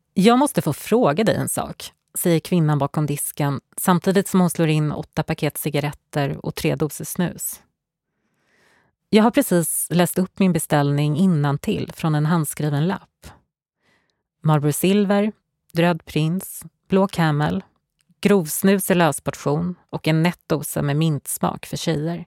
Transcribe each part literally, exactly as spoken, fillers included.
Jag måste få fråga dig en sak, säger kvinnan bakom disken samtidigt som hon slår in åtta paket cigaretter och tre doser snus. Jag har precis läst upp min beställning innantill från en handskriven lapp. Marlboro Silver, Röd Prins, Blå Camel, grovsnus i lösportion och en nättdosa med mintsmak för tjejer.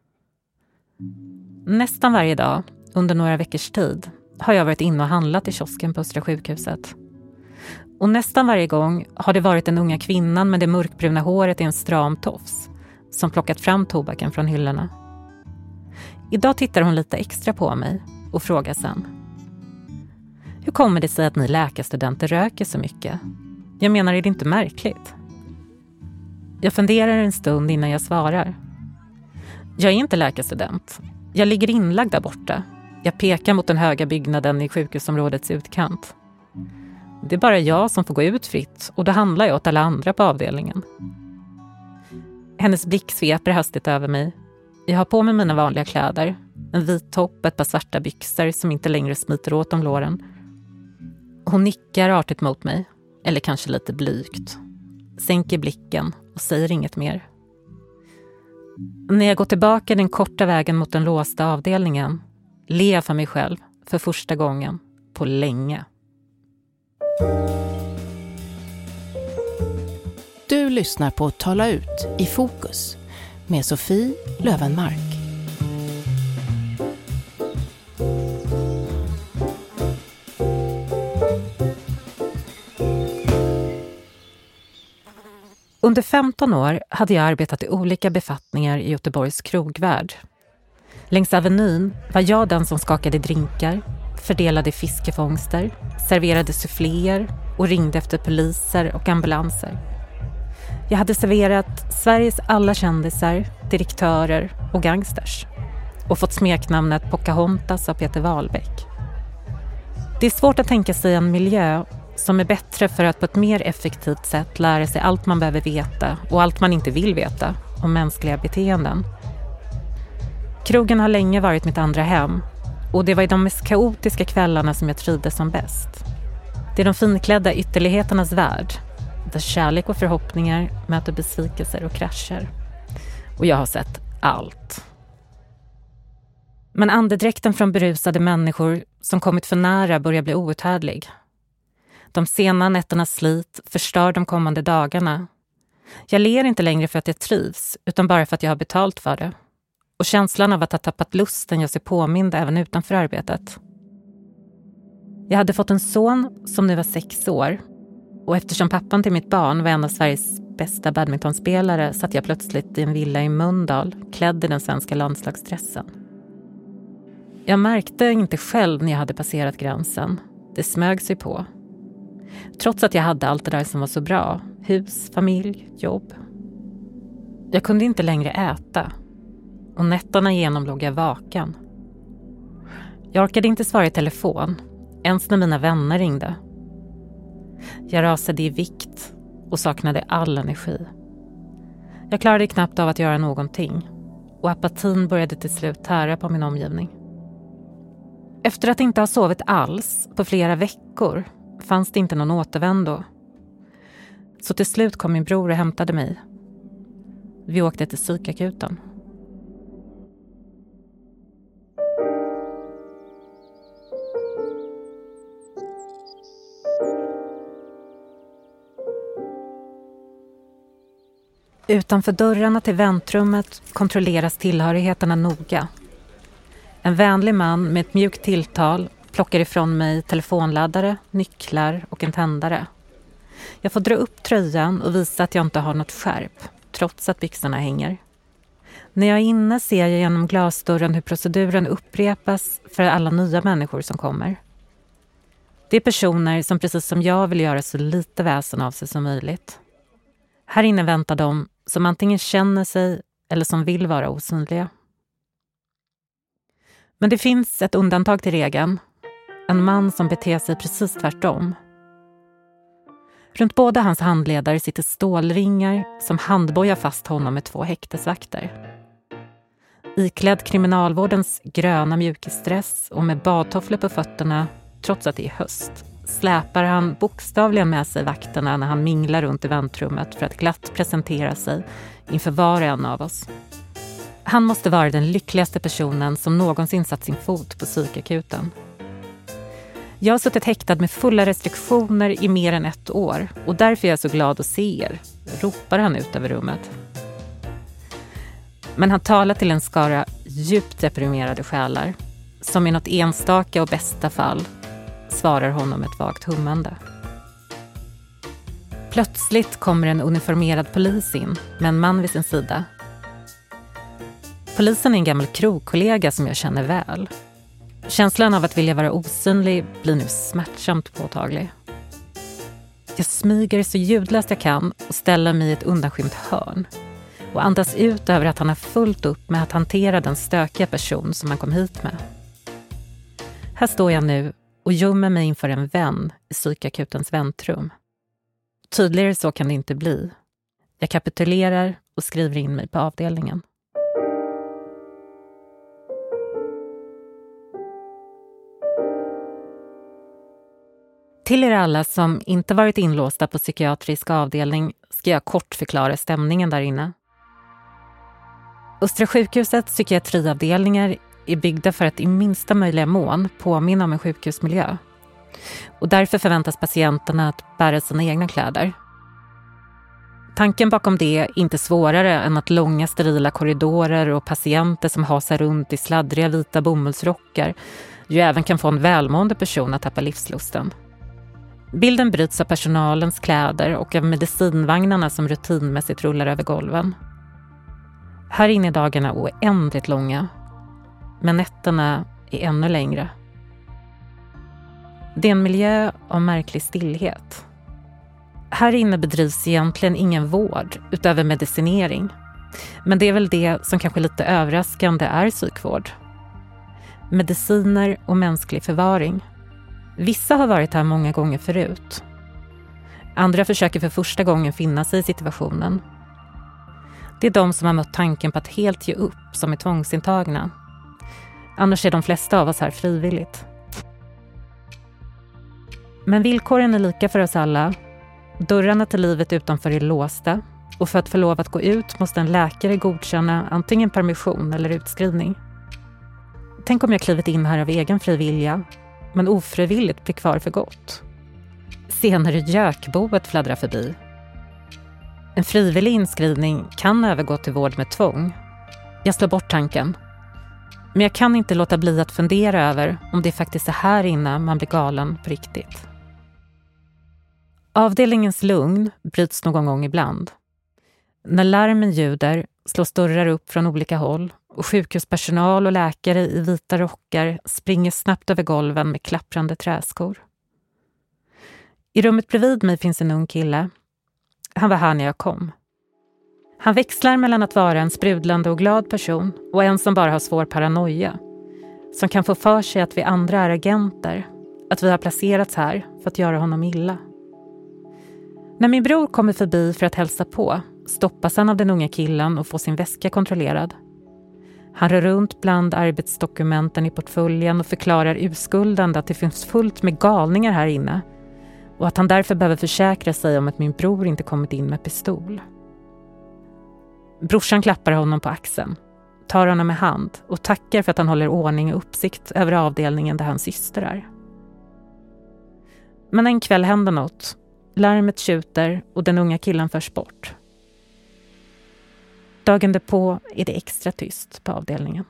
Nästan varje dag, under några veckors tid, har jag varit inne och handlat i kiosken på Östra sjukhuset. Och nästan varje gång har det varit den unga kvinnan med det mörkbruna håret i en stram tofs som plockat fram tobaken från hyllorna. Idag tittar hon lite extra på mig och frågar sen: hur kommer det sig att ni läkarstudenter röker så mycket? Jag menar, är det inte märkligt? Jag funderar en stund innan jag svarar. Jag är inte läkarstudent. Jag ligger inlagd där borta. Jag pekar mot den höga byggnaden i sjukhusområdets utkant. Det är bara jag som får gå ut fritt och då handlar jag åt alla andra på avdelningen. Hennes blick sveper hastigt över mig. Jag har på mig mina vanliga kläder. En vit topp, ett par svarta byxor som inte längre smiter åt om låren. Hon nickar artigt mot mig, eller kanske lite blygt. Sänker blicken och säger inget mer. När jag går tillbaka den korta vägen mot den låsta avdelningen ler jag för mig själv för första gången på länge. Du lyssnar på Tala ut i Fokus med Sofie Lövenmark. Under femton år hade jag arbetat i olika befattningar i Göteborgs krogvärld. Längs Avenyn var jag den som skakade drinkar, fördelade fiskefångster, serverade suffléer och ringde efter poliser och ambulanser. Jag hade serverat Sveriges alla kändisar, direktörer och gangsters och fått smeknamnet Pocahontas av Peter Wahlbeck. Det är svårt att tänka sig en miljö som är bättre för att på ett mer effektivt sätt lära sig allt man behöver veta och allt man inte vill veta om mänskliga beteenden. Krogen har länge varit mitt andra hem och det var i de mest kaotiska kvällarna som jag trivdes som bäst. Det är de finklädda ytterligheternas värld där kärlek och förhoppningar möter besvikelser och krascher. Och jag har sett allt. Men andedräkten från berusade människor som kommit för nära börjar bli outhärdlig. De sena nätternas slit förstör de kommande dagarna. Jag ler inte längre för att jag trivs, utan bara för att jag har betalt för det. Och känslan av att ha tappat lusten gör sig påmind även utanför arbetet. Jag hade fått en son som nu var sex år. Och eftersom pappan till mitt barn var en av Sveriges bästa badmintonspelare satt jag plötsligt i en villa i Mölndal, klädd i den svenska landslagsdressen. Jag märkte inte själv när jag hade passerat gränsen. Det smög sig på. Trots att jag hade allt det där som var så bra. Hus, familj, jobb. Jag kunde inte längre äta. Och nätterna igenom låg jag vaken. Jag orkade inte svara i telefon. Ens när mina vänner ringde. Jag rasade i vikt och saknade all energi. Jag klarade knappt av att göra någonting. Och apatin började till slut tära på min omgivning. Efter att inte ha sovit alls på flera veckor fanns det inte någon återvändo. Så till slut kom min bror och hämtade mig. Vi åkte till psykakuten. Utanför dörrarna till väntrummet kontrolleras tillhörigheterna noga. En vänlig man med ett mjukt tilltal plockar ifrån mig telefonladdare, nycklar och en tändare. Jag får dra upp tröjan och visa att jag inte har något skärp, trots att byxorna hänger. När jag är inne ser jag genom glasdörren hur proceduren upprepas för alla nya människor som kommer. Det är personer som precis som jag vill göra så lite väsen av sig som möjligt. Här inne väntar de som antingen känner sig eller som vill vara osynliga. Men det finns ett undantag till regeln. En man som beter sig precis tvärtom. Runt båda hans handledare sitter stålringar som handbojar fast honom med två häktesvakter. Iklädd kriminalvårdens gröna mjukisdress och med badtofflor på fötterna, trots att det är höst, släpar han bokstavligen med sig vakterna när han minglar runt i väntrummet för att glatt presentera sig inför var och en av oss. Han måste vara den lyckligaste personen som någonsin satt sin fot på psykakuten. Jag har suttit häktad med fulla restriktioner i mer än ett år och därför är jag så glad att se er, ropar han ut över rummet. Men han talar till en skara djupt deprimerade själar som i något enstaka och bästa fall svarar honom ett vagt hummande. Plötsligt kommer en uniformerad polis in med en man vid sin sida. Polisen är en gammal krogkollega som jag känner väl. Känslan av att vilja vara osynlig blir nu smärtsamt påtaglig. Jag smyger så ljudlöst jag kan och ställer mig i ett undanskymt hörn och andas ut över att han har fullt upp med att hantera den stökiga person som han kom hit med. Här står jag nu och gömmer mig inför en vän i psykakutens väntrum. Tydligare så kan det inte bli. Jag kapitulerar och skriver in mig på avdelningen. Till er alla som inte varit inlåsta på psykiatrisk avdelning ska jag kort förklara stämningen där inne. Östra sjukhusets psykiatriavdelningar är byggda för att i minsta möjliga mån påminna om en sjukhusmiljö. Och därför förväntas patienterna att bära sina egna kläder. Tanken bakom det är inte svårare än att långa sterila korridorer och patienter som hasar runt i sladdriga vita bomullsrockar ju även kan få en välmående person att tappa livslusten. Bilden bryts av personalens kläder och av medicinvagnarna som rutinmässigt rullar över golven. Här inne är dagarna oändligt långa, men nätterna är ännu längre. Det är en miljö av märklig stillhet. Här inne bedrivs egentligen ingen vård utöver medicinering. Men det är väl det som kanske lite överraskande är psykvård. Mediciner och mänsklig förvaring. Vissa har varit här många gånger förut. Andra försöker för första gången finna sig i situationen. Det är de som har mött tanken på att helt ge upp som är tvångsintagna. Annars är de flesta av oss här frivilligt. Men villkoren är lika för oss alla. Dörrarna till livet utanför är låsta och för att få lov att gå ut måste en läkare godkänna antingen permission eller utskrivning. Tänk om jag klivit in här av egen fri vilja, men ofrivilligt blir kvar för gott. Senare gökboet fladdrar förbi. En frivillig inskrivning kan övergå till vård med tvång. Jag slår bort tanken. Men jag kan inte låta bli att fundera över om det faktiskt är här inne man blir galen på riktigt. Avdelningens lugn bryts någon gång ibland. När larmen ljuder slås dörrar upp från olika håll och sjukhuspersonal och läkare i vita rockar springer snabbt över golven med klapprande träskor. I rummet bredvid mig finns en ung kille. Han var här när jag kom. Han växlar mellan att vara en sprudlande och glad person och en som bara har svår paranoia. Som kan få för sig att vi andra är agenter. Att vi har placerats här för att göra honom illa. När min bror kommer förbi för att hälsa på stoppas han av den unga killen och får sin väska kontrollerad. Han rör runt bland arbetsdokumenten i portföljen och förklarar urskuldande att det finns fullt med galningar här inne och att han därför behöver försäkra sig om att min bror inte kommit in med pistol. Brorsan klappar honom på axeln, tar honom med hand och tackar för att han håller ordning och uppsikt över avdelningen där hans syster är. Men en kväll händer något. Larmet tjuter och den unga killen förs bort. Dagen därpå är det extra tyst på avdelningen.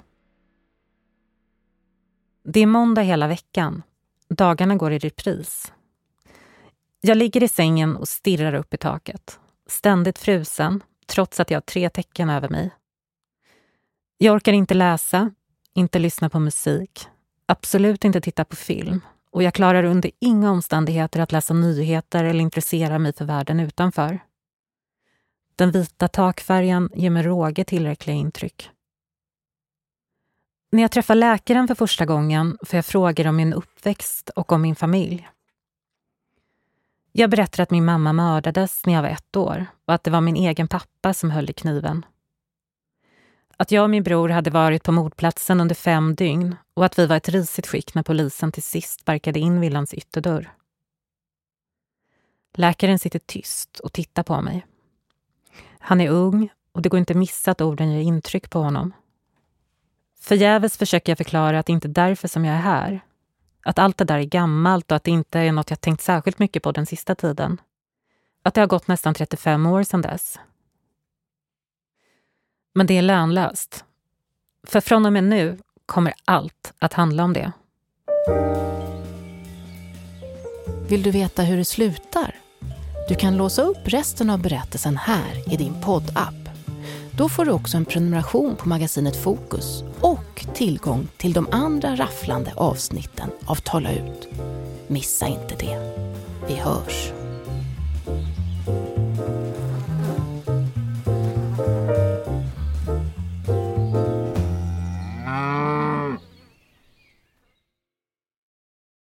Det är måndag hela veckan. Dagarna går i repris. Jag ligger i sängen och stirrar upp i taket. Ständigt frusen, trots att jag har tre tecken över mig. Jag orkar inte läsa, inte lyssna på musik, absolut inte titta på film. Och jag klarar under inga omständigheter att läsa nyheter eller intressera mig för världen utanför. Den vita takfärgen ger mig råge tillräckliga intryck. När jag träffar läkaren för första gången får jag frågor om min uppväxt och om min familj. Jag berättar att min mamma mördades när jag var ett år och att det var min egen pappa som höll i kniven. Att jag och min bror hade varit på mordplatsen under fem dygn och att vi var ett risigt skick när polisen till sist sparkade in villans ytterdörr. Läkaren sitter tyst och tittar på mig. Han är ung och det går inte missa att orden gör intryck på honom. Förgäves försöker jag förklara att det inte är därför som jag är här. Att allt det där är gammalt och att det inte är något jag tänkt särskilt mycket på den sista tiden. Att det har gått nästan trettiofem år sedan dess. Men det är lönlöst. För från och med nu kommer allt att handla om det. Vill du veta hur det slutar? Du kan låsa upp resten av berättelsen här i din poddapp. Då får du också en prenumeration på magasinet Fokus och tillgång till de andra rafflande avsnitten av Tala ut. Missa inte det. Vi hörs.